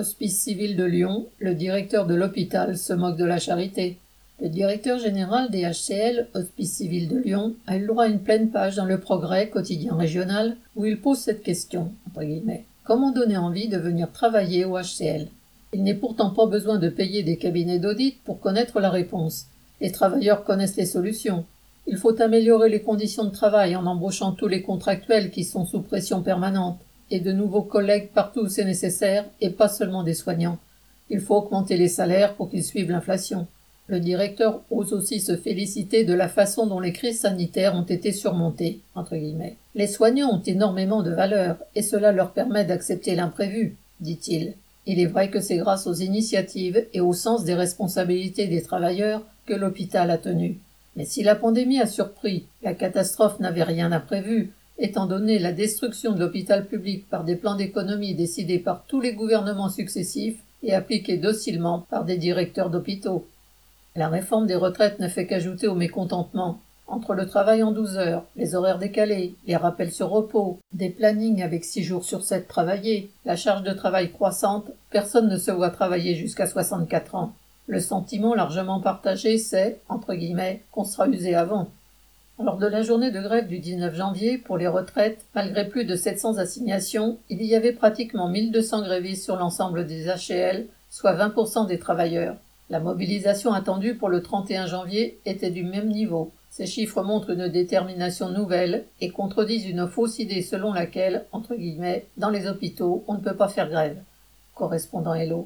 Hospice civil de Lyon, le directeur de l'hôpital se moque de la charité. Le directeur général des HCL, Hospice civil de Lyon, a eu le droit à une pleine page dans Le Progrès, quotidien régional, où il pose cette question, entre guillemets. Comment donner envie de venir travailler au HCL? Il n'est pourtant pas besoin de payer des cabinets d'audit pour connaître la réponse. Les travailleurs connaissent les solutions. Il faut améliorer les conditions de travail en embauchant tous les contractuels qui sont sous pression permanente, et de nouveaux collègues partout où c'est nécessaire, et pas seulement des soignants. Il faut augmenter les salaires pour qu'ils suivent l'inflation. Le directeur ose aussi se féliciter de la façon dont les crises sanitaires ont été surmontées, entre guillemets. Les soignants ont énormément de valeur, et cela leur permet d'accepter l'imprévu, dit-il. Il est vrai que c'est grâce aux initiatives et au sens des responsabilités des travailleurs que l'hôpital a tenu. Mais si la pandémie a surpris, la catastrophe n'avait rien imprévu, étant donné la destruction de l'hôpital public par des plans d'économie décidés par tous les gouvernements successifs et appliqués docilement par des directeurs d'hôpitaux. La réforme des retraites ne fait qu'ajouter au mécontentement. Entre le travail en 12 heures, les horaires décalés, les rappels sur repos, des plannings avec 6 jours sur 7 travaillés, la charge de travail croissante, personne ne se voit travailler jusqu'à 64 ans. Le sentiment largement partagé, c'est, entre guillemets, qu'on sera usé avant. Lors de la journée de grève du 19 janvier, pour les retraites, malgré plus de 700 assignations, il y avait pratiquement 1200 grévistes sur l'ensemble des HCL, soit 20% des travailleurs. La mobilisation attendue pour le 31 janvier était du même niveau. Ces chiffres montrent une détermination nouvelle et contredisent une fausse idée selon laquelle, entre guillemets, dans les hôpitaux, on ne peut pas faire grève. Correspondant Hello.